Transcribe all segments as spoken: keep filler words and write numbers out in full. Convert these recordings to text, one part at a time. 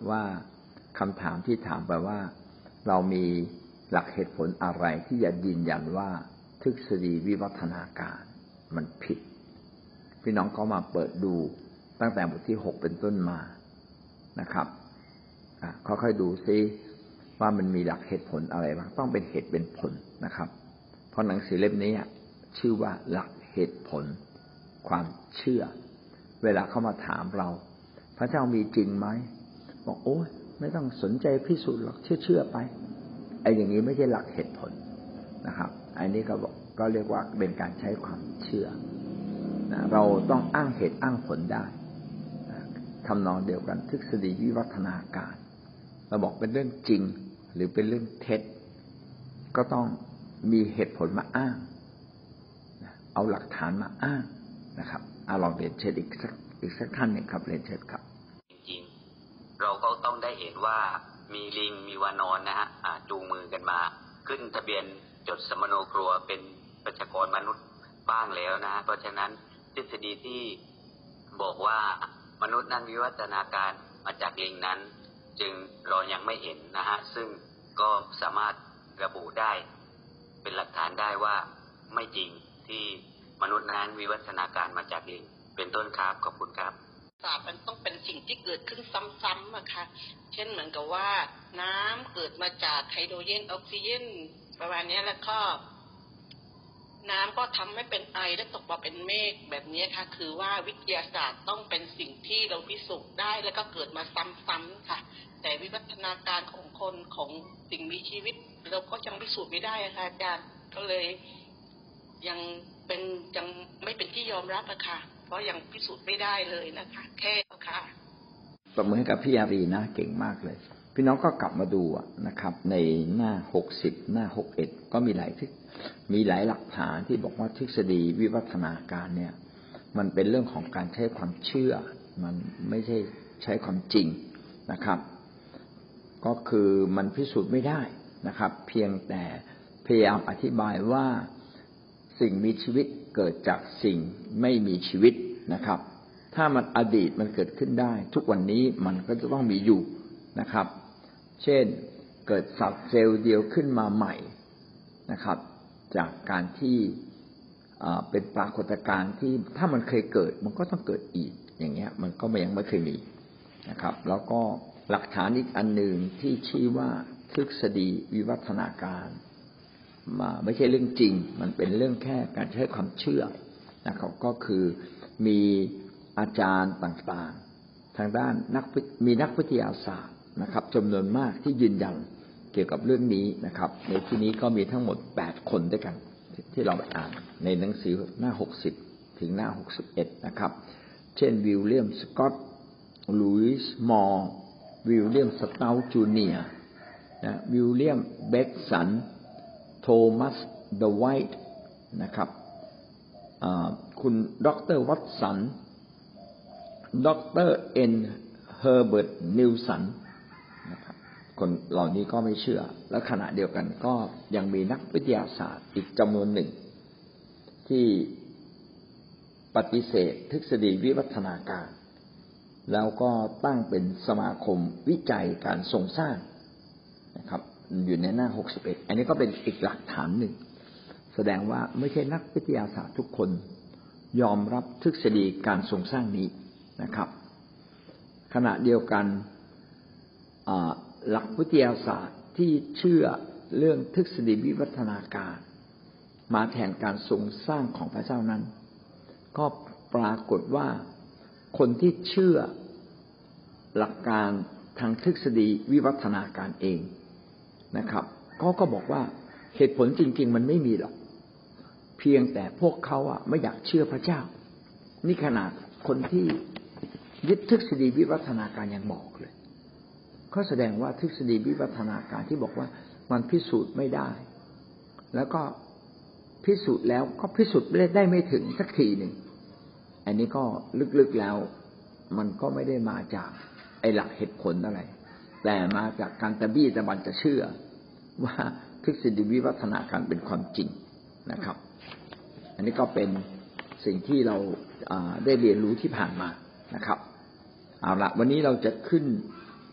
ว่าคำถามที่ถามไปว่าเรามีหลักเหตุผลอะไรที่จะยืนยันว่าทฤษฎีวิวัฒนาการมันผิดพี่น้องก็มาเปิดดูตั้งแต่บทที่หกเป็นต้นมานะครับค่อยๆดูซิว่ามันมีหลักเหตุผลอะไรบ้างต้องเป็นเหตุเป็นผลนะครับเพราะหนังสือเล่มนี้ชื่อว่าหลักเหตุผลความเชื่อเวลาเขามาถามเราพระเจ้ามีจริงไหมบอกโอ้ยไม่ต้องสนใจพิสูจน์หรอกเชื่อๆไปไอ้อย่างนี้ไม่ใช่หลักเหตุผลนะครับอันนี้ก็บอกก็เรียกว่าเป็นการใช้ความเชื่อนะเราต้องอ้างเหตุอ้างผลได้นะทำนองเดียวกันทฤษฎีวิวัฒนาการเราบอกเป็นเรื่องจริงหรือเป็นเรื่องเท็จก็ต้องมีเหตุผลมาอ้างนะเอาหลักฐานมาอ้างนะครับเอาลองเรียนเชิญอีกสักอีกสักท่านหนึ่งครับเรียนเชิญครับจริงเราก็ต้องได้เห็นว่ามีลิงมีวานอนนะฮะจูงมือกันมาขึ้นทะเบียนจดสมโนครัวเป็นประชากรมนุษย์บ้างแล้วนะฮะเพราะฉะนั้นทฤษฎีที่บอกว่ามนุษย์นั้นวิวัฒนาการมาจากลิงนั้นจึงเรายังไม่เห็นนะฮะซึ่งก็สามารถระบุได้เป็นหลักฐานได้ว่าไม่จริงที่มนุษย์นั้นวิวัฒนาการมาจากลิงเป็นต้นครับขอบคุณครับศาสตร์มันต้องเป็นสิ่งที่เกิดขึ้นซ้ำๆอะค่ะเช่นเหมือนกับว่าน้ำเกิดมาจากไฮโดรเจนออกซิเจนประมาณนี้แล้วก็น้ำก็ทำให้เป็นไอและตกมาเป็นเมฆแบบนี้ค่ะคือว่าวิทยาศาสตร์ต้องเป็นสิ่งที่เราพิสูจน์ได้แล้วก็เกิดมาซ้ำๆค่ะแต่วิวัฒนาการของคนของสิ่งมีชีวิตเราก็ยังพิสูจน์ไม่ได้ค่ะอาจารย์ก็เลยยังเป็นยังไม่เป็นที่ยอมรับอะค่ะเพราะยังพิสูจน์ไม่ได้เลยนะคะแค่ค่ะปรบมือให้กับพี่อารีนะเก่งมากเลยพี่น้องก็กลับมาดูนะครับในหน้าหกสิบหน้าหกสิบเอ็ดก็มีหลายที่มีหลายหลักฐานที่บอกว่าทฤษฎีวิวัฒนาการเนี่ยมันเป็นเรื่องของการใช้ความเชื่อมันไม่ใช่ใช้ความจริงนะครับก็คือมันพิสูจน์ไม่ได้นะครับเพียงแต่พยายามอธิบายว่าสิ่งมีชีวิตเกิดจากสิ่งไม่มีชีวิตนะครับถ้ามันอดีตมันเกิดขึ้นได้ทุกวันนี้มันก็จะต้องมีอยู่นะครับเช่นเกิดสัตว์เซลล์เดียวขึ้นมาใหม่นะครับจากการที่เป็นปรากฏการณ์ที่ถ้ามันเคยเกิดมันก็ต้องเกิดอีกอย่างเงี้ยมันก็ยังไม่เคยมีนะครับแล้วก็หลักฐานอีกอันหนึ่งที่ชี้ว่าทฤษฎีวิวัฒนาการมาไม่ใช่เรื่องจริงมันเป็นเรื่องแค่การใช้ความเชื่อนะครับก็คือมีอาจารย์ต่างๆทางด้านนักมีนักวิทยาศาสตร์นะครับจำนวนมากที่ยืนยันเกี่ยวกับเรื่องนี้นะครับในที่นี้ก็มีทั้งหมดแปดคนด้วยกันที่เราอ่านในหนังสือหน้าหกสิบถึงหน้าหกสิบเอ็ดนะครับเช่นวิลเลียมสก็อตลุยส์มอร์วิลเลียมสเตาท์จูเนียร์นะวิลเลียมเบคสันโทมัสเดอะไวท์นะครับคุณดร.วัตสันดร.เอ็นเฮอร์เบิร์ตนิลสันนะครับคนเหล่านี้ก็ไม่เชื่อและขณะเดียวกันก็ยังมีนักวิทยาศาสตร์อีกจำนวนหนึ่งที่ปฏิเสธทฤษฎีวิวัฒนาการแล้วก็ตั้งเป็นสมาคมวิจัยการทรงสร้างนะครับอยู่ในหน้าหกสิบเอ็ดอันนี้ก็เป็นอีกหลักฐานหนึ่งแสดงว่าไม่ใช่นักวิทยาศาสตร์ทุกคนยอมรับทฤษฎีการทรงสร้างนี้นะครับขณะเดียวกันหลักวิทยาศาสตร์ที่เชื่อเรื่องทฤษฎีวิวัฒนาการมาแทนการทรงสร้างของพระเจ้านั้นก็ปรากฏว่าคนที่เชื่อหลักการทางทฤษฎีวิวัฒนาการเองนะครับเขาก็บอกว่าเหตุผลจริงๆมันไม่มีหรอกเพียงแต่พวกเขาอ่ะไม่อยากเชื่อพระเจ้านี่ขนาดคนที่ยึดทฤษฎีวิวัฒนาการยังบอกเลยก็แสดงว่าทฤษฎีวิวัฒนาการที่บอกว่ามันพิสูจน์ไม่ได้แล้วก็พิสูจน์แล้วก็พิสูจน์ได้ไม่ถึงสักทีหนึ่งอันนี้ก็ลึกๆแล้วมันก็ไม่ได้มาจากไอ้หลักเหตุผลอะไรแต่มาจากการตะบี้ตะบันจะเชื่อว่าทฤษฎีวิวัฒนาการเป็นความจริงนะครับอันนี้ก็เป็นสิ่งที่เราได้เรียนรู้ที่ผ่านมานะครับเอาละวันนี้เราจะขึ้น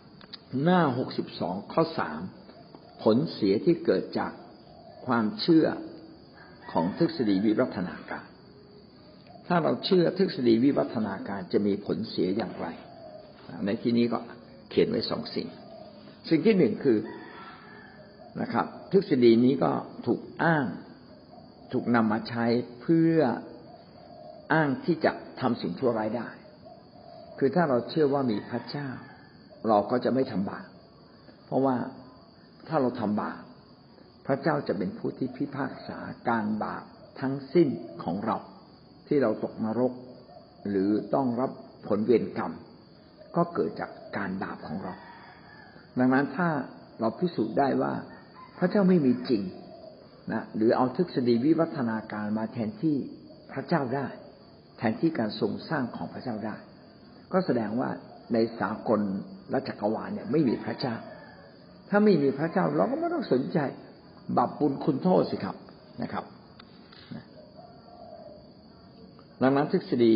หน้าหกสิบสองข้อสามผลเสียที่เกิดจากความเชื่อของทฤษฎีวิวัฒนาการถ้าเราเชื่อทฤษฎีวิวัฒนาการจะมีผลเสียอย่างไรในที่นี้ก็เขียนไว้สองสิ่งสิ่งที่หนึ่งคือนะครับทฤษฎีนี้ก็ถูกอ้างถูกนำมาใช้เพื่ออ้างที่จะทำสิ่งชั่วร้ายได้คือถ้าเราเชื่อว่ามีพระเจ้าเราก็จะไม่ทำบาปเพราะว่าถ้าเราทำบาปพระเจ้าจะเป็นผู้ที่พิพากษาการบาปทั้งสิ้นของเราที่เราตกนรกหรือต้องรับผลเวรกรรมก็เกิดจากการบาปของเราดังนั้นถ้าเราพิสูจน์ได้ว่าพระเจ้าไม่มีจริงนะหรือเอาทฤษฎีวิวัฒนาการมาแทนที่พระเจ้าได้แทนที่การทรงสร้างของพระเจ้าได้ก็แสดงว่าในสากลและจักรวาลเนี่ยไม่มีพระเจ้าถ้าไม่มีพระเจ้าเราก็ไม่ต้องสนใจบาปบุญคุณโทษสิครับนะครับดังนั้นทฤษฎี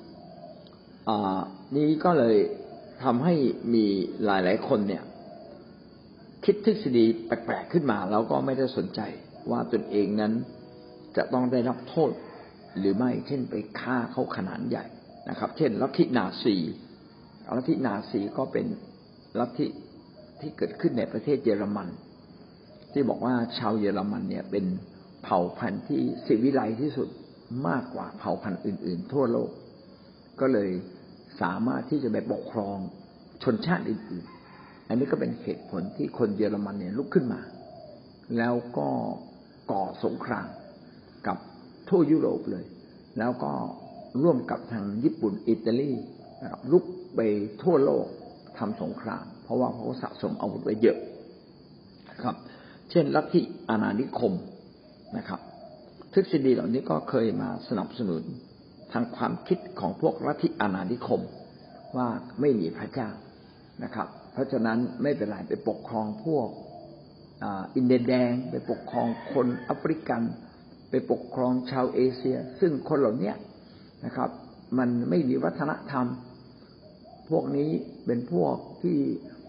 นี้ก็เลยทำให้มีหลายๆคนเนี่ยคิดทฤษฎีแปลกๆขึ้นมาแล้วก็ไม่ได้สนใจว่าตนเองนั้นจะต้องได้รับโทษหรือไม่เช่นไปฆ่าเขาขนาดใหญ่นะครับเช่นลัทธินาซีลัทธินาซีก็เป็นลัทธิที่เกิดขึ้นในประเทศเยอรมันที่บอกว่าชาวเยอรมันเนี่ยเป็นเผ่าพันธุ์ที่ศิวิไลซ์ที่สุดมากกว่าเผ่าพันธุ์อื่นๆทั่วโลกก็เลยสามารถที่จะไปปกครองชนชาติอื่นๆอันนี้ก็เป็นเหตุผลที่คนเยอรมันเนี่ยลุกขึ้นมาแล้วก็ก่อสงครามกับทั่วยุโรปเลยแล้วก็ร่วมกับทางญี่ปุ่นอิตาลีลุกไปทั่วโลกทำสงครามเพราะว่าเขาสะสมอาวุธไว้เยอะครับเช่นลัทธิอาณานิคมนะครับทฤษฎีเหล่านี้ก็เคยมาสนับสนุนทางความคิดของพวกลัทธิอาณานิคมว่าไม่มีพระเจ้านะครับเพราะฉะนั้นไม่เป็นไรไปปกครองพวกอินเดียแดงไปปกครองคนแอฟริกันไปปกครองชาวเอเชียซึ่งคนเหล่านี้นะครับมันไม่มีวัฒนธรรมพวกนี้เป็นพวกที่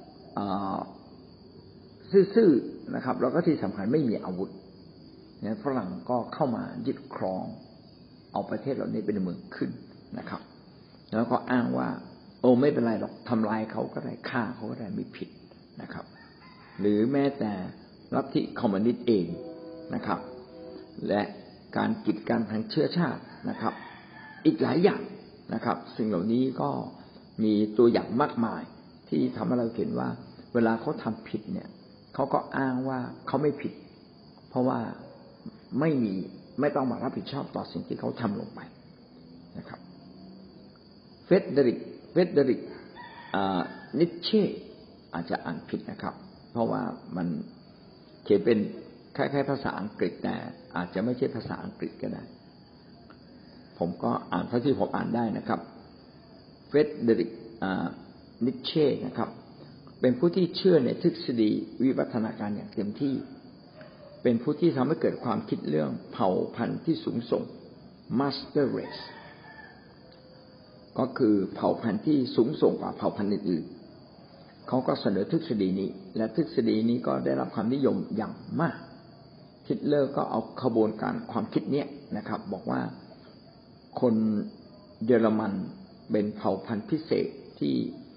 ซื่อๆนะครับแล้วก็ที่สำคัญไม่มีอาวุธเนี่ยฝรั่งก็เข้ามายึดครองเอาประเทศเหล่านี้เป็นเมืองขึ้นนะครับแล้วก็อ้างว่าโอ้ไม่เป็นไรหรอกทำลายเขาก็ได้ฆ่าเขาก็ได้ไม่ผิดนะครับหรือแม้แต่ลัทธิคอมมิวนิสต์เองนะครับและการกีดกันทางเชื้อชาตินะครับอีกหลายอย่างนะครับสิ่งเหล่านี้ก็มีตัวอย่างมากมายที่ทำให้เราเห็นว่าเวลาเขาทำผิดเนี่ยเขาก็อ้างว่าเขาไม่ผิดเพราะว่าไม่มีไม่ต้องมารับผิดชอบต่อสิ่งที่เขาทำลงไปนะครับเฟเดริกเฟเดริกนิตเช่อาจจะอ่านผิดนะครับเพราะว่ามันเขียนเป็นคล้ายๆภาษาอังกฤษแต่อาจจะไม่ใช่ภาษาอังกฤษก็ได้ผมก็อ่านเท่าที่ผมอ่านได้นะครับเฟเดริกนิตเช่นะครับเป็นผู้ที่เชื่อในทฤษฎีวิวัฒนาการอย่างเต็มที่เป็นผู้ที่ทำให้เกิดความคิดเรื่องเผ่าพันธุ์ที่สูงส่ง Master Race ก็คือเผ่าพันธุ์ที่สูงส่งกว่าเผ่าพันธุ์อื่นๆเขาก็เสนอทฤษฎีนี้และทฤษฎีนี้ก็ได้รับความนิยมอย่างมากฮิตเลอร์ก็เอาขบวนการความคิดนี้นะครับบอกว่าคนเยอรมันเป็นเผ่าพันธุ์พิเศษที่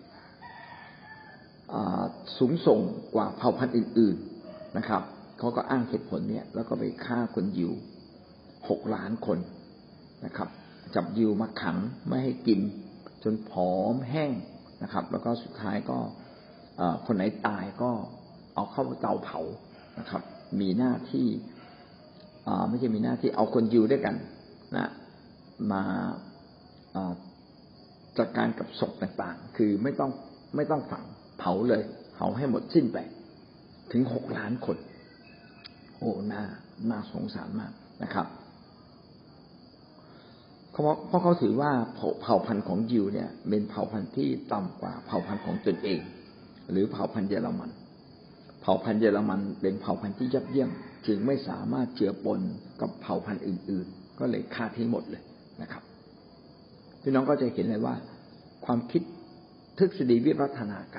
สูงส่งกว่าเผ่าพันธุ์อื่นๆนะครับเขาก็อ้างเหตุผลเนี่ยแล้วก็ไปฆ่าคนยิวหกล้านคนนะครับจับยิวมาขังไม่ให้กินจนผอมแห้งนะครับแล้วก็สุดท้ายก็คนไหนตายก็เอาเข้าเตาเผานะครับมีหน้าที่ไม่ใช่มีหน้าที่เอาคนยิวด้วยกันนะมาจัดการกับศพต่างๆคือไม่ต้องไม่ต้องฝังเผาเลยเผาให้หมดสิ้นไปถึงหกล้านคนโอ้น่าน่าสงสารมากนะครับเพราะเพราะเขาถือว่าเผ่าพันธุ์ของยิวเนี่ยเป็นเผ่าพันธุ์ที่ต่ำกว่าเผ่าพันธุ์ของตนเองหรือเผ่าพันธุ์เยอรมันเผ่าพันธุ์เยอรมันเป็นเผ่าพันธุ์ที่ยับเยี่ยมจึงไม่สามารถเจือปนกับเผ่าพันธุ์อื่นๆก็เลยฆ่าทิ้งหมดเลยนะครับพี่น้องก็จะเห็นเลยว่าความคิดทฤษฎีวิวัฒนาการเนี่ย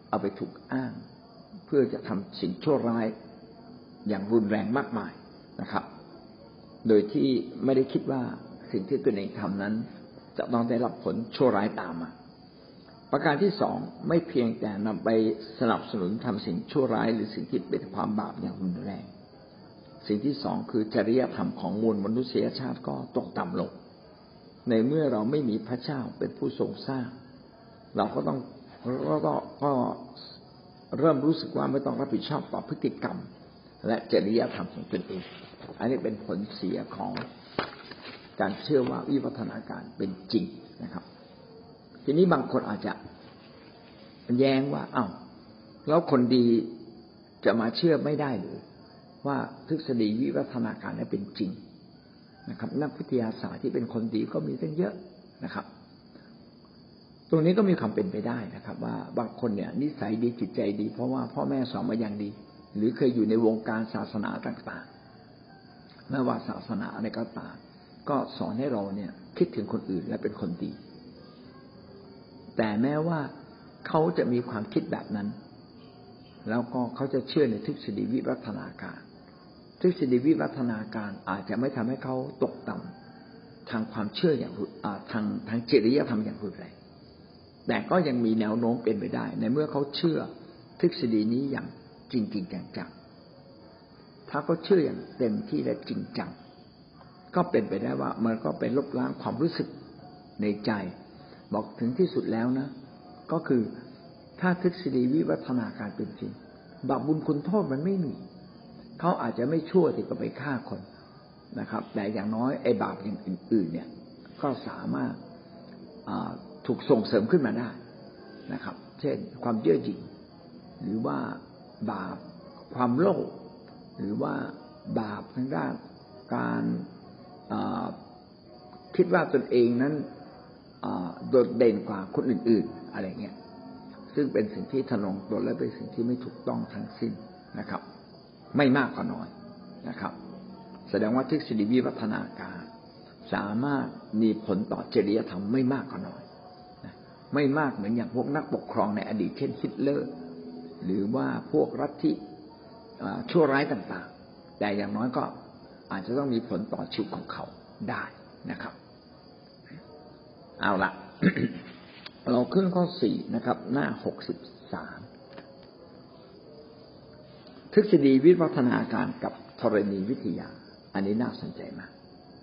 เอาไปถูกอ้างเพื่อจะทำสิ่งชั่วร้ายอย่างรุนแรงมากมายนะครับโดยที่ไม่ได้คิดว่าสิ่งที่ตัวเองทำนั้นจะต้องได้รับผลชั่วร้ายตามมาประการที่สองไม่เพียงแต่นำไปสนับสนุนทำสิ่งชั่วร้ายหรือสิ่งที่เป็นความบาปอย่างรุนแรงสิ่งที่สองคือจริยธรรมของมวลมนุษยชาติก็ตกต่ำลงในเมื่อเราไม่มีพระเจ้าเป็นผู้ทรงสร้างเราก็ต้องก็ก็ก็เริ่มรู้สึกว่าไม่ต้องรับผิดชอบต่อพฤติกรรมและจริยธรรมของตนเองอันนี้เป็นผลเสียของการเชื่อว่าวิวัฒนาการเป็นจริงนะครับทีนี้บางคนอาจจะแย้งว่าอ้าวแล้วคนดีจะมาเชื่อไม่ได้หรือว่าทฤษฎีวิวัฒนาการนั้นเป็นจริงนะครับนักวิทยาศาสตร์ที่เป็นคนดีก็มีตั้งเยอะนะครับตรงนี้ก็มีความเป็นไปได้นะครับว่าบางคนเนี่ยนิสัยดีจิตใจดีเพราะว่าพ่อแม่สอนมาอย่างดีหรือเคยอยู่ในวงการศาสนาต่างๆไม่ว่าศาสนาอะไรก็ตามก็สอนให้เราเนี่ยคิดถึงคนอื่นและเป็นคนดีแต่แม้ว่าเขาจะมีความคิดแบบนั้นแล้วก็เขาจะเชื่อในทฤษฎีวิวัฒนาการทฤษฎีวิวัฒนาการอาจจะไม่ทำให้เขาตกต่ำทางความเชื่ออย่างทางทางจริยธรรมอย่างรุนแรงแต่ก็ยังมีแนวโน้มเป็นไปได้ในเมื่อเขาเชื่อทฤษฎีนี้อย่างจริงจริงจังๆถ้าเขาเชื่ออย่างเต็มที่และจริงจังก็เป็นไปได้ว่ามันก็เป็นลบล้างความรู้สึกในใจบอกถึงที่สุดแล้วนะก็คือถ้าทฤษฎีวิวัฒนาการเป็นจริงบาปบุญคุณโทษมันไม่มีเขาอาจจะไม่ชั่วที่จะไปฆ่าคนนะครับแต่อย่างน้อยไอ้บาปอย่างอื่นๆเนี่ยก็สามารถถูกส่งเสริมขึ้นมาได้นะครับเช่นความเย่อหยิ่งหรือว่าบาปความโลภหรือว่าบาปทางด้านการคิดว่าตนเองนั้นโดดเด่นกว่าคนอื่นๆอะไรเงี้ยซึ่งเป็นสิ่งที่ทะนงตนและเป็นสิ่งที่ไม่ถูกต้องทั้งสิ้นนะครับไม่มากก็น้อยนะครับแสดงว่าทฤษฎีวิวัฒนาการสามารถมีผลต่อจริยธรรมไม่มากก็น้อยไม่มากเหมือนอย่างพวกนักปกครองในอดีตเช่นฮิตเลอร์หรือว่าพวกรัฐที่ชั่วร้ายต่างๆแต่อย่างน้อยก็อาจจะต้องมีผลต่อชีวิตของเขาได้นะครับเอาละ เราขึ้นข้อสี่นะครับหน้าหกสิบสามทฤษฎีวิวัฒนาการกับธรณีวิทยาอันนี้น่าสนใจมาก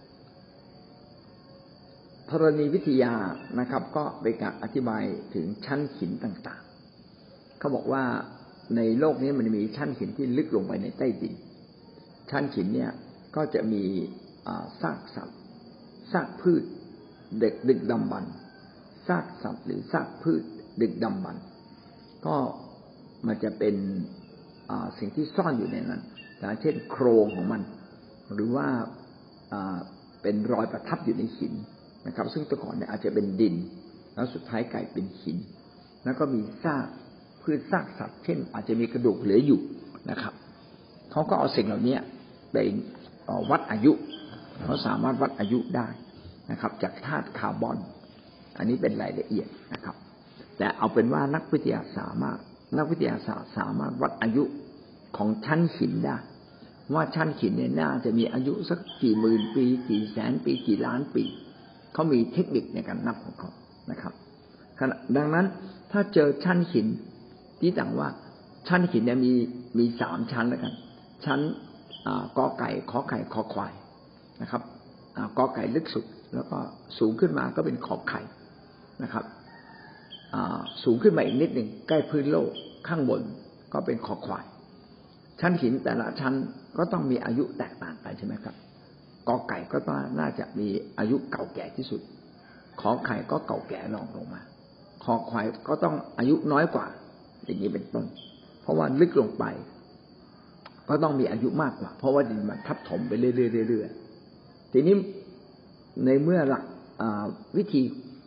ธรณีวิทยานะครับก็เป็นการอธิบายถึงชั้นหินต่างๆเขาบอกว่าในโลกนี้มันมีชั้นหินที่ลึกลงไปในใต้ดินชั้นหินเนี่ยก็จะมีซากสัตว์ซากพืชเด็กดึกดำบรรพ์ซากสัตว์หรือซากพืชดึกดำบรรพ์ก็มันจะเป็นสิ่งที่ซ่อนอยู่ในนั้นเช่นโครงของมันหรือว่าเป็นรอยประทับอยู่ในหินนะครับซึ่งแต่ก่อนเนี่ยอาจจะเป็นดินแล้วสุดท้ายกลายเป็นหินแล้วก็มีซากพืชซากสัตว์เช่นอาจจะมีกระดูกเหลืออยู่นะครับเขาก็เอาสิ่งเหล่านี้ไปวัดอายุเขาสามารถวัดอายุได้นะครับจากธาตุคาร์บอนอันนี้เป็นรายละเอียดนะครับแต่เอาเป็นว่านักวิทยาศาสตร์สามารถนักวิทยาศาสตร์สามารถวัดอายุของชั้นหินได้ว่าชั้นหินเนี่ยน่าจะมีอายุสักกี่หมื่นปีกี่แสนปีกี่ล้านปีเขามีเทคนิคในการนับของเขานะครับดังนั้นถ้าเจอชั้นหินที่ต่างว่าชั้นหินเนี่ยมีมีสามชั้นแล้วกันชั้นกอไก่ขอไข่ขอควายนะครับกอไก่ลึกสุดแล้วก็สูงขึ้นมาก็เป็นขอไข่นะครับสูงขึ้นมาอีกนิดหนึ่งใกล้พื้นโลกข้างบนก็เป็นขอควายชั้นหินแต่ละชั้นก็ต้องมีอายุแตกต่างกันใช่ไหมครับกอไก่ก็ต้องน่าจะมีอายุเก่าแก่ที่สุดขอไข่ก็เก่าแก่รองลงมาขอควายก็ต้องอายุน้อยกว่าอย่างนี้เป็นต้นเพราะว่าลึกลงไปก็ต้องมีอายุมากกว่าเพราะว่าดินมันทับถมไปเรื่อยๆทีนี้ในเมื่อหลักวิธี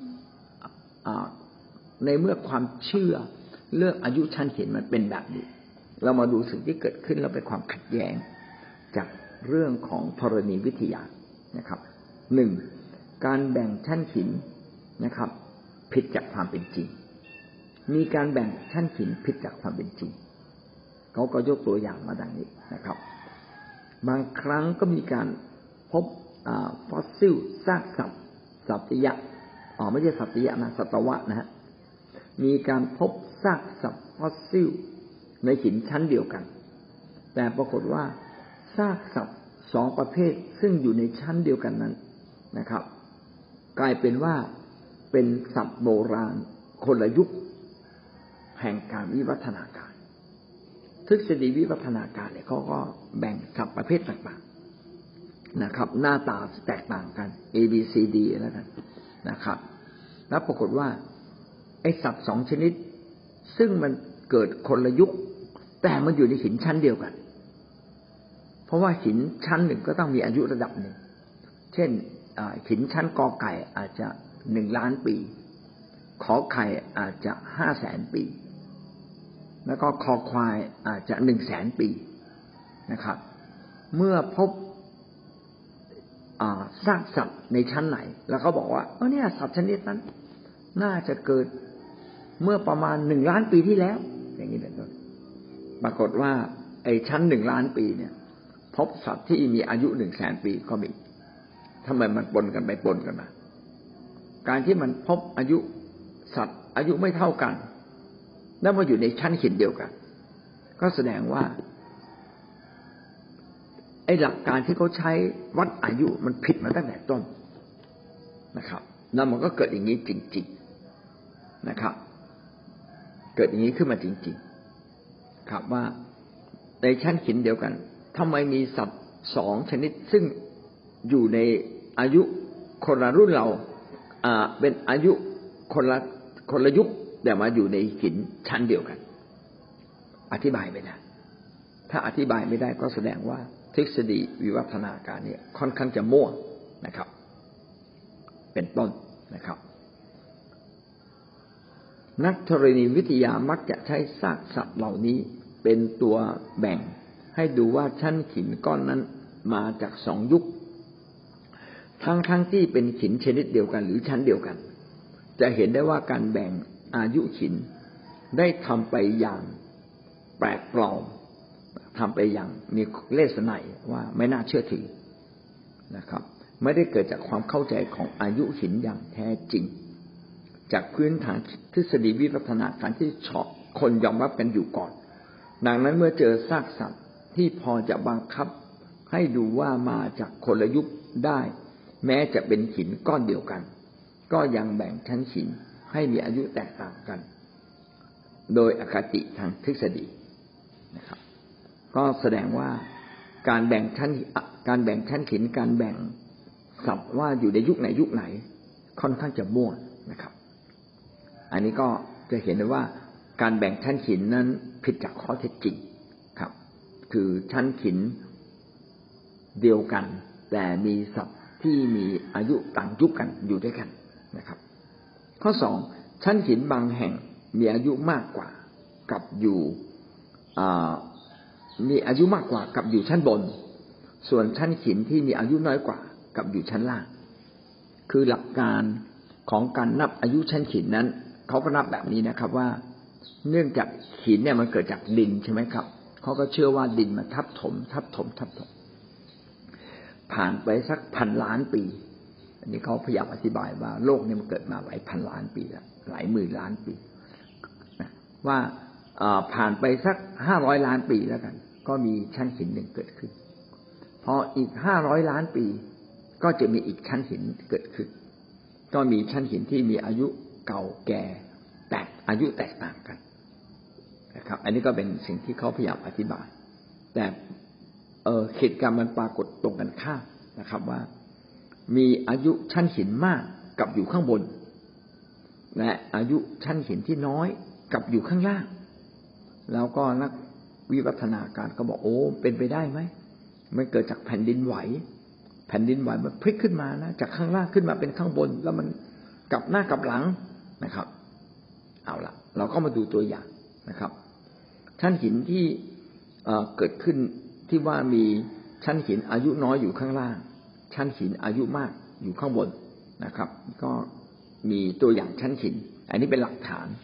ในเมื่อความเชื่อเรื่องอายุชั้นหินมันเป็นแบบนี้เรามาดูสิ่งที่เกิดขึ้นแล้วเป็นความขัดแย้งจากเรื่องของธรณีวิทยานะครับหนึ่งการแบ่งชั้นหินนะครับผิดจากความเป็นจริงมีการแบ่งชั้นหินผิดจากความเป็นจริงเขาก็ยกตัวอย่างมาดังนี้นะครับบางครั้งก็มีการพบฟอสซิลซากสัตว์สัตยะอ๋อไม่ใช่สัตยะนะสัตวะนะฮะมีการพบซากสัตว์ฟอสซิลในหินชั้นเดียวกันแต่ปรากฏว่าซากสัตว์สองประเภทซึ่งอยู่ในชั้นเดียวกันนั้นนะครับกลายเป็นว่าเป็นสัตว์โบราณคนละยุคแห่งการวิวัฒนาการทฤษฎีวิวัฒนาการเนี่ยเขาก็แบ่งสัตว์ประเภทต่างๆนะครับหน้าตาแตกต่างกัน A B C D แล้วกันนะครับแล้วปรากฏว่าไอ้สัตว์สองชนิดซึ่งมันเกิดคนละยุคแต่มันอยู่ในหินชั้นเดียวกันเพราะว่าหินชั้นหนึ่งก็ต้องมีอายุระดับหนึ่งเช่นหินชั้นกอไก่อาจจะหนึ่งล้านปีขอไข่อาจจะห้าแสนปีแล้วก็คอควายอาจจะหนึ่งแสนปีนะครับเมื่อพบซากสัตว์ในชั้นไหนแล้วเขาบอกว่าเออเนี่ยสัตว์ชนิดนั้นน่าจะเกิดเมื่อประมาณหนึ่งล้านปีที่แล้วอย่างนี้เป็นต้นปรากฏว่าไอ้ชั้นหนึ่งล้านปีเนี่ยพบสัตว์ที่มีอายุหนึ่งแสนปีก็มีทำไมมันปนกันไปปนกันมาการที่มันพบอายุสัตว์อายุไม่เท่ากันแล้วมาอยู่ในชั้นหินเดียวกันก็แสดงว่าไอ้หลักการที่เขาใช้วัดอายุมันผิดมาตั้งแต่ต้นนะครับแล้วมันก็เกิดอย่างนี้จริงๆนะครับเกิดอย่างนี้ขึ้นมาจริงๆครับว่าในชั้นหินเดียวกันทำไมมีสัตว์สองชนิดซึ่งอยู่ในอายุคนละรุ่นเราอ่าเป็นอายุคนละคนละยุคแต่มาอยู่ในหินชั้นเดียวกันอธิบายไม่ได้ถ้าอธิบายไม่ได้ก็แสดงว่าทฤษฎีวิวัฒนาการเนี่ยค่อนข้างจะมั่วนะครับเป็นต้นนะครับนักธรณีวิทยามักจะใช้ซากสัตว์เหล่านี้เป็นตัวแบ่งให้ดูว่าชั้นหินก้อนนั้นมาจากสองยุคทั้งทั้งที่เป็นหินชนิดเดียวกันหรือชั้นเดียวกันจะเห็นได้ว่าการแบ่งอายุหินได้ทำไปอย่างแปลกปลอมทำไปอย่างมีเลสไนว่าไม่น่าเชื่อถือนะครับไม่ได้เกิดจากความเข้าใจของอายุหินอย่างแท้จริงจากพื้นฐานทฤษฎีวิวัฒนาการที่ชอบคนยอมรับกันอยู่ก่อนดังนั้นเมื่อเจอซากสัตว์ที่พอจะบังคับให้ดูว่ามาจากคนละยุคได้แม้จะเป็นหินก้อนเดียวกันก็ยังแบ่งชั้นหินให้มีอายุแตกต่างกันโดยอคติทางทฤษฎีนะครับก็แสดงว่าการแบ่งชั้นการแบ่งชั้นหินการแบ่งสัตว์ว่าอยู่ในยุคไหนยุคไหนค่อนข้างจะมั่วนะครับอันนี้ก็จะเห็นได้ว่าการแบ่งชั้นหินนั้นผิดจากข้อเท็จจริงครับคือชั้นหินเดียวกันแต่มีสัตว์ที่มีอายุต่างยุคกันอยู่ด้วยกันนะครับข้อสองชั้นหินบางแห่งมีอายุมากกว่ากับอยู่มีอายุมากกว่ากับอยู่ชั้นบนส่วนชั้นหินที่มีอายุน้อยกว่ากับอยู่ชั้นล่างคือหลักการของการนับอายุชั้นหินนั้นเขาก็นับแบบนี้นะครับว่าเนื่องจากหินเนี่ยมันเกิดจากดินใช่ไหมครับเขาก็เชื่อว่าดินมันทับถมทับถมทับถมผ่านไปสักพันล้านปีอันนี้เขาพยายามอธิบายว่าโลกนี้มันเกิดมาหลายพันล้านปีแล้วหลายหมื่นล้านปีว่าผ่านไปสักห้าร้อยล้านปีแล้วกันก็มีชั้นหินหนึ่งเกิดขึ้นพออีกห้าร้อยล้านปีก็จะมีอีกชั้นหินเกิดขึ้นก็มีชั้นหินที่มีอายุเก่าแก่แตกอายุแตกต่างกันนะครับอันนี้ก็เป็นสิ่งที่เขาพยายามอธิบายแต่เออเหตุการณ์มันปรากฏตรงกันข้ามนะครับว่ามีอายุชั้นหินมากกับอยู่ข้างบนและอายุชั้นหินที่น้อยกับอยู่ข้างล่างแล้วก็นักวิวัฒนาการก็บอกโอ้เป็นไปได้ไหมมันเกิดจากแผ่นดินไหวแผ่นดินไหวมันพลิกขึ้นมานะจากข้างล่างขึ้นมาเป็นข้างบนแล้วมันกลับหน้ากลับหลังนะครับเอาละเราก็มาดูตัวอย่างนะครับชั้นหินที่เอ่อเกิดขึ้นที่ว่ามีชั้นหินอายุน้อยอยู่ข้างล่างชั้นหินอายุมากอยู่ข้างบนนะครับก็มีตัวอย่างชั้นหินอันนี้เป็นหลักฐาน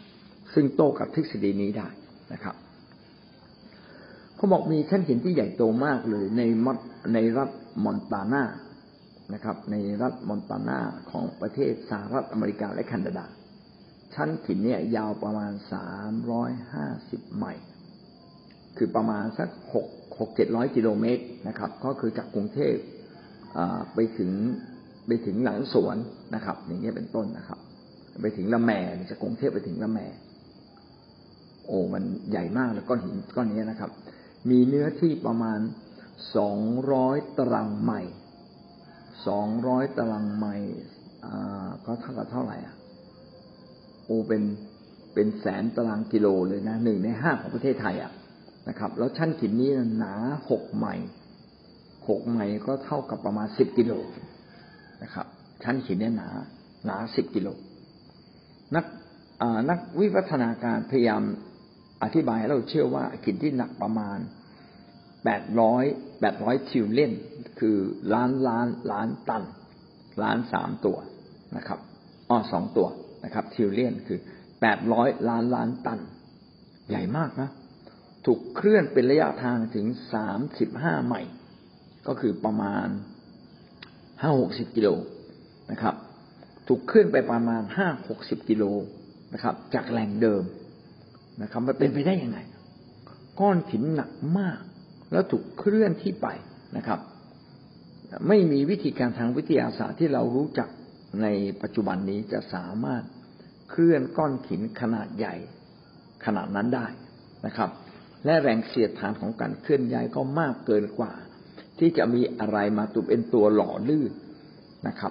ซึ่งโต้กับทฤษฎีนี้ได้นะครับเขาบอกมีชั้นหินที่ใหญ่โตมากเลยในมัดในรัฐมอนตานานะครับในรัฐมอนตานาของประเทศสหรัฐอเมริกาและแคนาดาชั้นหินเนี่ยยาวประมาณสามร้อยห้าสิบไมล์คือประมาณสักหก หก เจ็ดร้อยกิโลเมตรนะครับก็คือจากกรุงเทพไปถึงไปถึงหลังสวนนะครับอย่างนี้เป็นต้นนะครับไปถึงละแมจากกรุงเทพไปถึงละแมโอ้มันใหญ่มากเลยก้อนหินก้อนนี้นะครับมีเนื้อที่ประมาณสองร้อยตารางไมล์สองร้อยตารางไมล์อ่าก็เท่ากับเท่าไหร่อ่ะโอ้เป็นเป็นแสนตารางกิโลเลยนะหนึ่งในห้าของประเทศไทยอ่ะนะครับแล้วชั้นหินนี้หนาหกไมล์หกไมล์ก็เท่ากับประมาณสิบกิโลนะครับชั้นหินเนี่ยหนาหนาสิบกิโลนักอ่านักวิวัฒนาการพยายามอธิบายให้เราเชื่อว่าหินที่หนักประมาณแปดร้อย แปดร้อยทิวเลียนคือล้านล้านล้านตันล้านสามตัวนะครับอ้อสองตัวนะครับทิวเลียนคือแปดร้อยล้านล้านตันใหญ่มากนะถูกเคลื่อนเป็นระยะทางถึงสามสิบห้าไมล์ก็คือประมาณห้าหกสิบกิโลนะครับถูกเคลื่อนไปประมาณห้าหกสิบกิโลนะครับจากแหล่งเดิมนะครับมันเป็นไปได้ยังไงก้อนหินหนักมากแล้วถูกเคลื่อนที่ไปนะครับไม่มีวิธีการทางวิทยาศาสตร์ที่เรารู้จักในปัจจุบันนี้จะสามารถเคลื่อนก้อนหินขนาดใหญ่ขนาดนั้นได้นะครับและแรงเสียดทานของการเคลื่อนย้ายก็มากเกินกว่าที่จะมีอะไรมาตุเป็นตัวหล่อลื่นนะครับ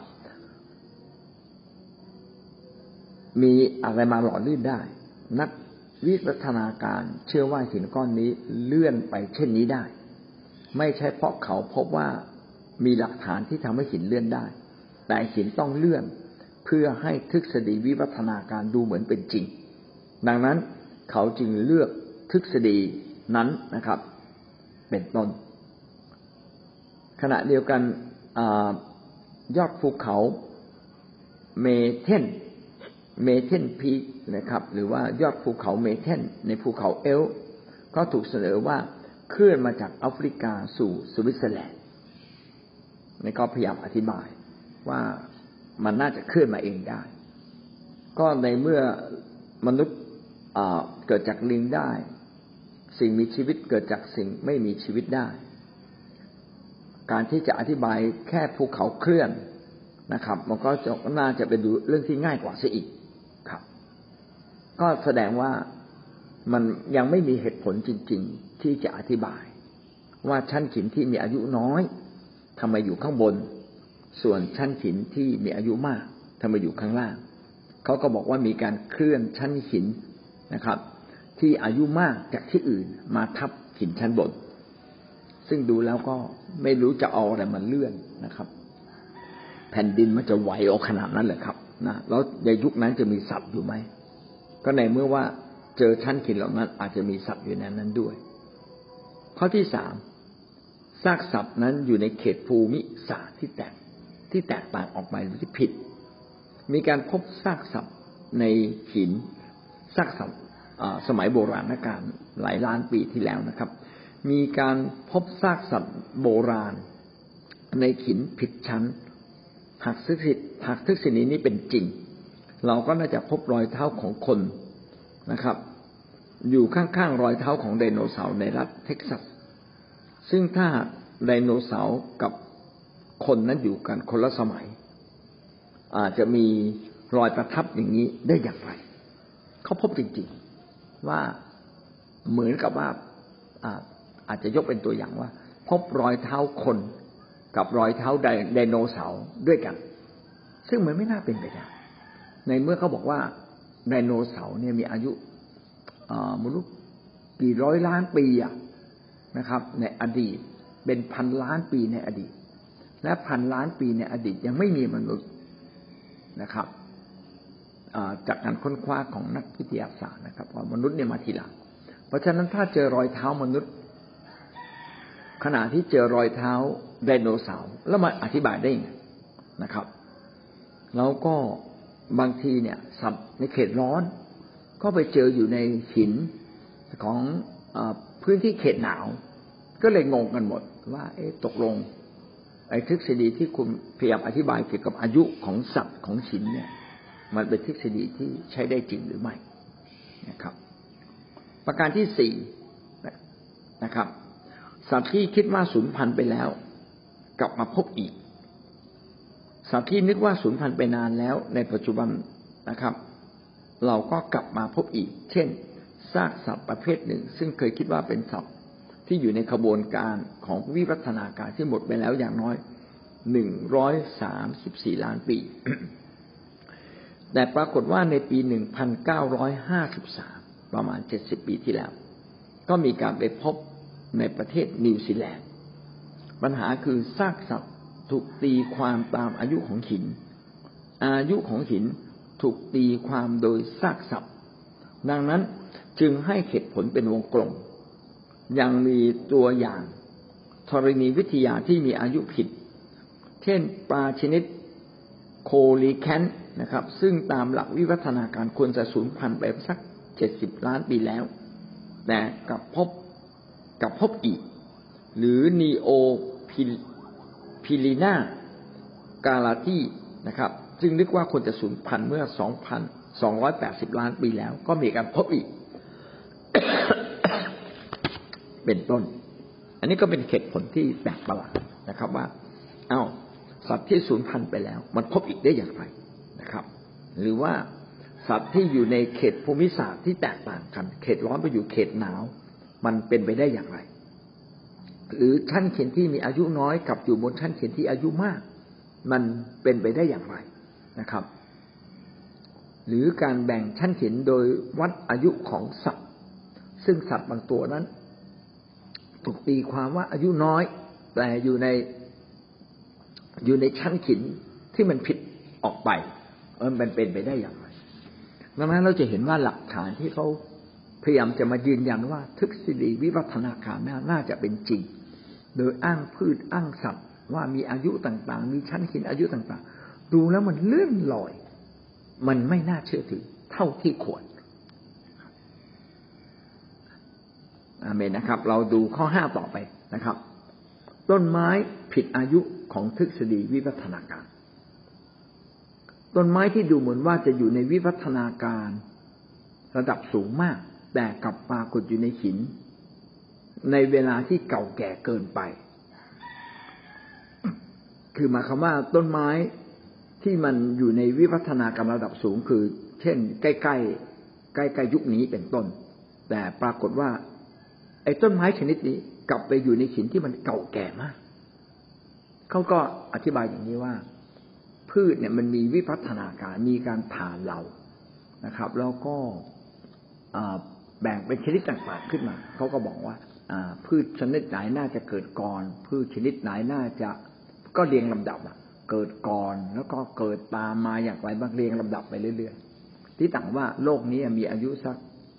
มีอะไรมาหล่อลื่นได้นักวิวัฒนาการเชื่อว่าหินก้อนนี้เลื่อนไปเช่นนี้ได้ไม่ใช่เพราะเขาพบว่ามีหลักฐานที่ทำให้หินเลื่อนได้แต่หินต้องเลื่อนเพื่อให้ทฤษฎีวิวัฒนาการดูเหมือนเป็นจริงดังนั้นเขาจึงเลือกทฤษฎีนั้นนะครับเป็นต้นขณะเดียวกันยอดภูเขาเมเทนเมเทนพีคนะครับหรือว่ายอดภูเขาเมเทนในภูเขาเอลป์ก็ถูกเสนอว่าเคลื่อนมาจากแอฟริกาสู่สวิตเซอร์แลนด์ในก็พยายามอธิบายว่ามันน่าจะเคลื่อนมาเองได้ก็ในเมื่อมนุษย์เกิดจากลิงได้สิ่งมีชีวิตเกิดจากสิ่งไม่มีชีวิตได้การที่จะอธิบายแค่ภูเขาเคลื่อนนะครับมันก็จะน่าจะเป็นเรื่องที่ง่ายกว่าซะอีกครับก็แสดงว่ามันยังไม่มีเหตุผลจริงๆที่จะอธิบายว่าชั้นหินที่มีอายุน้อยทำไมอยู่ข้างบนส่วนชั้นหินที่มีอายุมากทำไมอยู่ข้างล่างเขาก็บอกว่ามีการเคลื่อนชั้นหินนะครับที่อายุมากจากที่อื่นมาทับหินชั้นบนซึ่งดูแล้วก็ไม่รู้จะเอาอะไรมาเลื่อนนะครับแผ่นดินมันจะไหวเอาขนาดนั้นเหรอครับนะแล้วในยุคนั้นจะมีสัตว์อยู่ไหมก็ในเมื่อว่าเจอชั้นหินเหล่านั้นอาจจะมีสัตว์อยู่ในนั้นด้วยข้อที่สามซากสัตว์นั้นอยู่ในเขตภูมิศาสตร์ที่แตกที่แตกต่างออกไปหรือที่ผิดมีการพบซากสัตว์ในหินซากสัตว์สมัยโบราณกาลหลายล้านปีที่แล้วนะครับมีการพบซากสัตว์โบราณในหินผิดชั้นหากทฤษฎีหากทฤษฎีนี้เป็นจริงเราก็น่าจะพบรอยเท้าของคนนะครับอยู่ข้างๆรอยเท้าของไดโนเสาร์ในรัฐเท็กซัสซึ่งถ้าไดโนเสาร์กับคนนั้นอยู่กันคนละสมัยอาจจะมีรอยประทับอย่างนี้ได้อย่างไรเขาพบจริงๆว่าเหมือนกับว่าอาอาจจะยกเป็นตัวอย่างว่าพบรอยเท้าคนกับรอยเท้าไดโนเสาร์ด้วยกันซึ่งมันไม่น่าเป็นไปได้ในเมื่อเขาบอกว่าไดโนเสาร์เนี่ยมีอายุมนุษย์กี่ร้อยล้านปีอะนะครับในอดีตเป็นพันล้านปีในอดีตและพันล้านปีในอดีตยังไม่มีมนุษย์นะครับจากการค้นคว้าของนักวิทยาศาสตร์นะครับว่ามนุษย์เนี่ยมาทีหลังเพราะฉะนั้นถ้าเจอรอยเท้ามนุษย์ขณะที่เจอรอยเท้าไดโนเสาร์แล้วมาอธิบายได้ยังไงนะครับแล้วก็บางทีเนี่ยสัตว์ในเขตร้อนก็ไปเจออยู่ในหินของเอ่อพื้นที่เขตหนาวก็เลยงงกันหมดว่าเอ๊ะตกลงไอ้ทฤษฎีที่คุณพยายามอธิบายเกี่ยวกับอายุของสัตว์ของหินเนี่ยมันเป็นทฤษฎีที่ใช้ได้จริงหรือไม่นะครับประการที่สี่นะครับสัตว์ที่คิดว่าสูญพันธุ์ไปแล้วกลับมาพบอีกสัตว์ที่นึกว่าสูญพันธุ์ไปนานแล้วในปัจจุบันนะครับเราก็กลับมาพบอีกเช่นซากสัตว์ประเภทหนึ่งซึ่งเคยคิดว่าเป็นสัตว์ที่อยู่ในขบวนการของวิวัฒนาการที่หมดไปแล้วอย่างน้อยหนึ่งร้อยสามสิบสี่ล้านปี แต่ปรากฏว่าในปีหนึ่งพันเก้าร้อยห้าสิบสามประมาณเจ็ดสิบปีที่แล้วก็มีการไปพบในประเทศนิวซีแลนด์ปัญหาคือซากสัตว์ถูกตีความตามอายุของหินอายุของหินถูกตีความโดยซากสัตว์ดังนั้นจึงให้เหตุผลเป็นวงกลมยังมีตัวอย่างธรณีวิทยาที่มีอายุผิดเช่นปลาชนิดโคลีแคนนะครับซึ่งตามหลักวิวัฒนาการควรจะสูญพันธุ์ไปสักเจ็ดสิบล้านปีแล้วแต่กลับพบกลับพบอีกหรือนีโอพิลิน่ากาลาตีนะครับจึงนึกว่าควรจะสูญพันธุ์เมื่อ สองพันสองร้อยแปดสิบ ล้านปีแล้วก็มีการพบอีก เป็นต้นอันนี้ก็เป็นเหตุผลที่แปลกประหลาดนะครับว่าเอ้าสัตว์ที่สูญพันธุ์ไปแล้วมันพบอีกได้อย่างไรนะครับหรือว่าสัตว์ที่อยู่ในเขตภูมิศาสตร์ที่แตกต่างกันเขตร้อนไปอยู่เขตหนาวมันเป็นไปได้อย่างไรหรือชั้นเขียนที่มีอายุน้อยกับอยู่บนชั้นเขียนที่อายุมากมันเป็นไปได้อย่างไรนะครับหรือการแบ่งชั้นเขียนโดยวัดอายุของสัตว์ซึ่งสัตว์บางตัวนั้นถูกตีความว่าอายุน้อยแต่อยู่ในอยู่ในชั้นเขียนที่มันผิดออกไปมันเป็นไปได้อย่างไรดังนั้นเราจะเห็นว่าหลักฐานที่เขาพยายามจะมายืนยันว่าทฤษฎีวิวัฒนาการน่าจะเป็นจริงโดยอ้างพืชอ้างสัตว์ว่ามีอายุต่างๆมีชั้นเขียนอายุต่างๆดูแล้วมันเลื่อนลอยมันไม่น่าเชื่อถือเท่าที่ควรอาเมนนะครับเราดูข้อห้าต่อไปนะครับต้นไม้ผิดอายุของทฤษฎีวิวัฒนาการต้นไม้ที่ดูเหมือนว่าจะอยู่ในวิวัฒนาการระดับสูงมากแต่กลับปรากฏอยู่ในหินในเวลาที่เก่าแก่เกินไปคือหมายความว่าต้นไม้ที่มันอยู่ในวิวัฒนาการระดับสูงคือเช่นใกล้ๆใกล้ๆยุคนี้เป็นต้นแต่ปรากฏว่าไอ้ต้นไม้ชนิดนี้กลับไปอยู่ในหินที่มันเก่าแก่มากเขาก็อธิบายอย่างนี้ว่าพืชเนี่ยมันมีวิวัฒนาการมีการผ่าเหลานะครับแล้วก็แบ่งเป็นชนิดต่างๆขึ้นมาเขาก็บอกว่าพืชชนิดไหนน่าจะเกิดก่อนพืชชนิดไหนน่าจะก็เรียงลำดับอ่ะเกิดก่อนแล้วก็เกิดตามมาอย่างไรบ้างเรียงลำดับไปเรื่อยๆที่ต่างว่าโลกนี้มีอายุสัก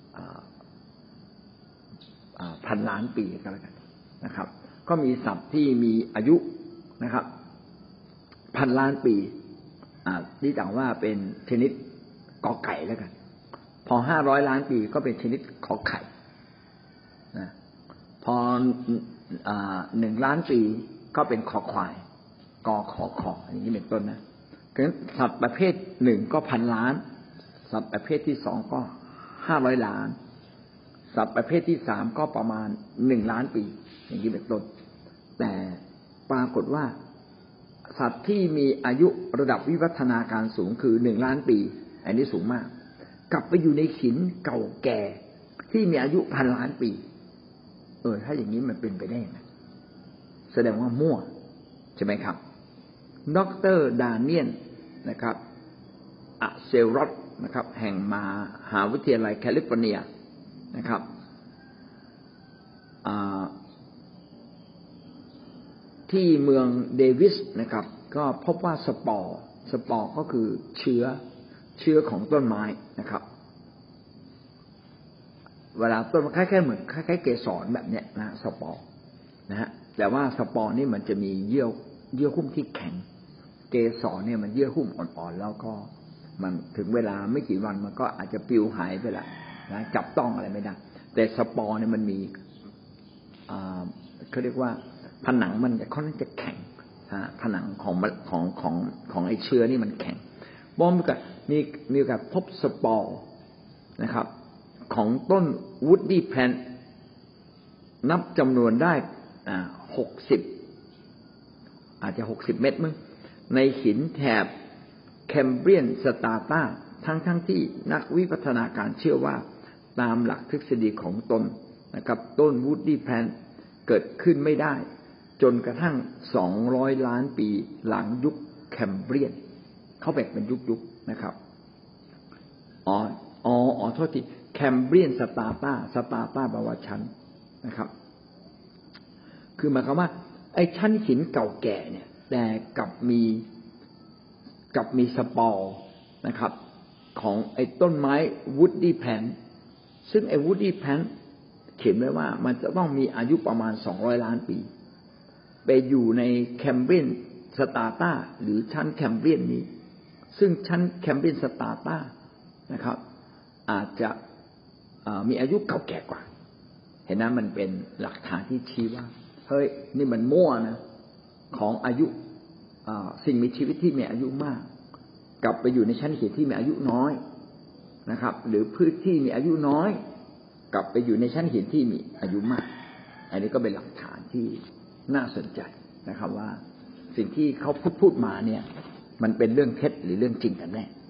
พันล้านปีก็แล้วกันนะครับก็มีสัตว์ที่มีอายุนะครับพันล้านปีที่ต่างว่าเป็นชนิดกอไก่แล้วกันพอห้าร้อยล้านปีก็เป็นชนิดขอไข่นะพอหนึ่งล้านปีก็เป็นคอควายกอขอขออย่างนี้เป็นต้นนะเพราะฉะนั้นสัตว์ประเภทหนึ่งก็พันล้านสัตว์ประเภทที่สองก็ห้าร้อยล้านสัตว์ประเภทที่สามก็ประมาณหนึ่งล้านปีอย่างนี้เป็นต้นแต่ปรากฏว่าสัตว์ที่มีอายุระดับวิวัฒนาการสูงคือหนึ่งล้านปีอันนี้สูงมากกลับไปอยู่ในหินเก่าแก่ที่มีอายุพันล้านปีเออถ้าอย่างนี้มันเป็นไปได้ยังไงแสดงว่ามั่วใช่ไหมครับดร.ดาเนียนนะครับอะเซลรอดนะครับแห่งมหาวิทยาลัยแคลิฟอร์เนียนะครับที่เมืองเดวิสนะครับก็พบว่าสปอร์สปอร์ก็คือเชื้อเชื้อของต้นไม้นะครับเวลาต้นมันคล้ายๆเหมือนคล้ายๆเกสรแบบเนี้ยนะสปอร์นะฮะแต่ว่าสปอร์นี่มันจะมีเยื่อเยื่อหุ้มที่แข็งเกสรเนี่ยมันเยื่อหุ้มอ่อนๆแล้วก็มันถึงเวลาไม่กี่วันมันก็อาจจะปลิวหายไปละนะจับต้องอะไรไม่ได้แต่สปอร์เนี่ยมันมีเขาเรียกว่าผนังมันค่อนข้างจะแข็งผนังของของของของไอเชื้อนี่มันแข็งบอมกับมีมีโอกาสพบสปอร์นะครับของต้นวูดดี้แพลนนับจำนวนได้หกสิบอาจจะหกสิบเม็ดมั้งในหินแถบแคมเบรียนสตาร์ตาทั้งทั้งที่นักวิวัฒนาการเชื่อว่าตามหลักทฤษฎีของตนนะครับต้นวูดดี้แพลนเกิดขึ้นไม่ได้จนกระทั่งสองร้อยล้านปีหลังยุคแคมเบรียนเขาแบ่งเป็นยุคๆนะครับอ๋ออ๋ออ๋อโทษทีแคมเบรียนสตาร์ตาสตาร์ตาแปลว่าชั้นนะครับคือหมายความว่าไอ้ชั้นหินเก่าแก่เนี่ยแต่กับมีกับมีสปอร์นะครับของไอ้ต้นไม้วูดดี้แพลนซึ่งไอ้วูดดี้แพลนเขียนไว้ว่ามันจะต้องมีอายุประมาณสองร้อยล้านปีไปอยู่ในแคมเบรียนสตาร์ตาหรือชั้นแคมเบรียนนี้ซึ่งชั้นแคมเบรียนสตาร์ตานะครับอาจจะมีอายุเก่าแก่กว่าเห็นนะมันเป็นหลักฐานที่ชี้ว่าเฮ้ยนี่มันมั่วนะของอายุสิ่งมีชีวิตที่มีอายุมากกลับไปอยู่ในชั้นหินที่มีอายุน้อยนะครับหรือพืชที่มีอายุน้อยกลับไปอยู่ในชั้นหินที่มีอายุมากอันนี้ก็เป็นหลักฐานที่น่าสนใจนะครับว่าสิ่งที่เขาพูดพูดมาเนี่ยมันเป็นเรื่องเท็จหรือเรื่องจริงกันแน่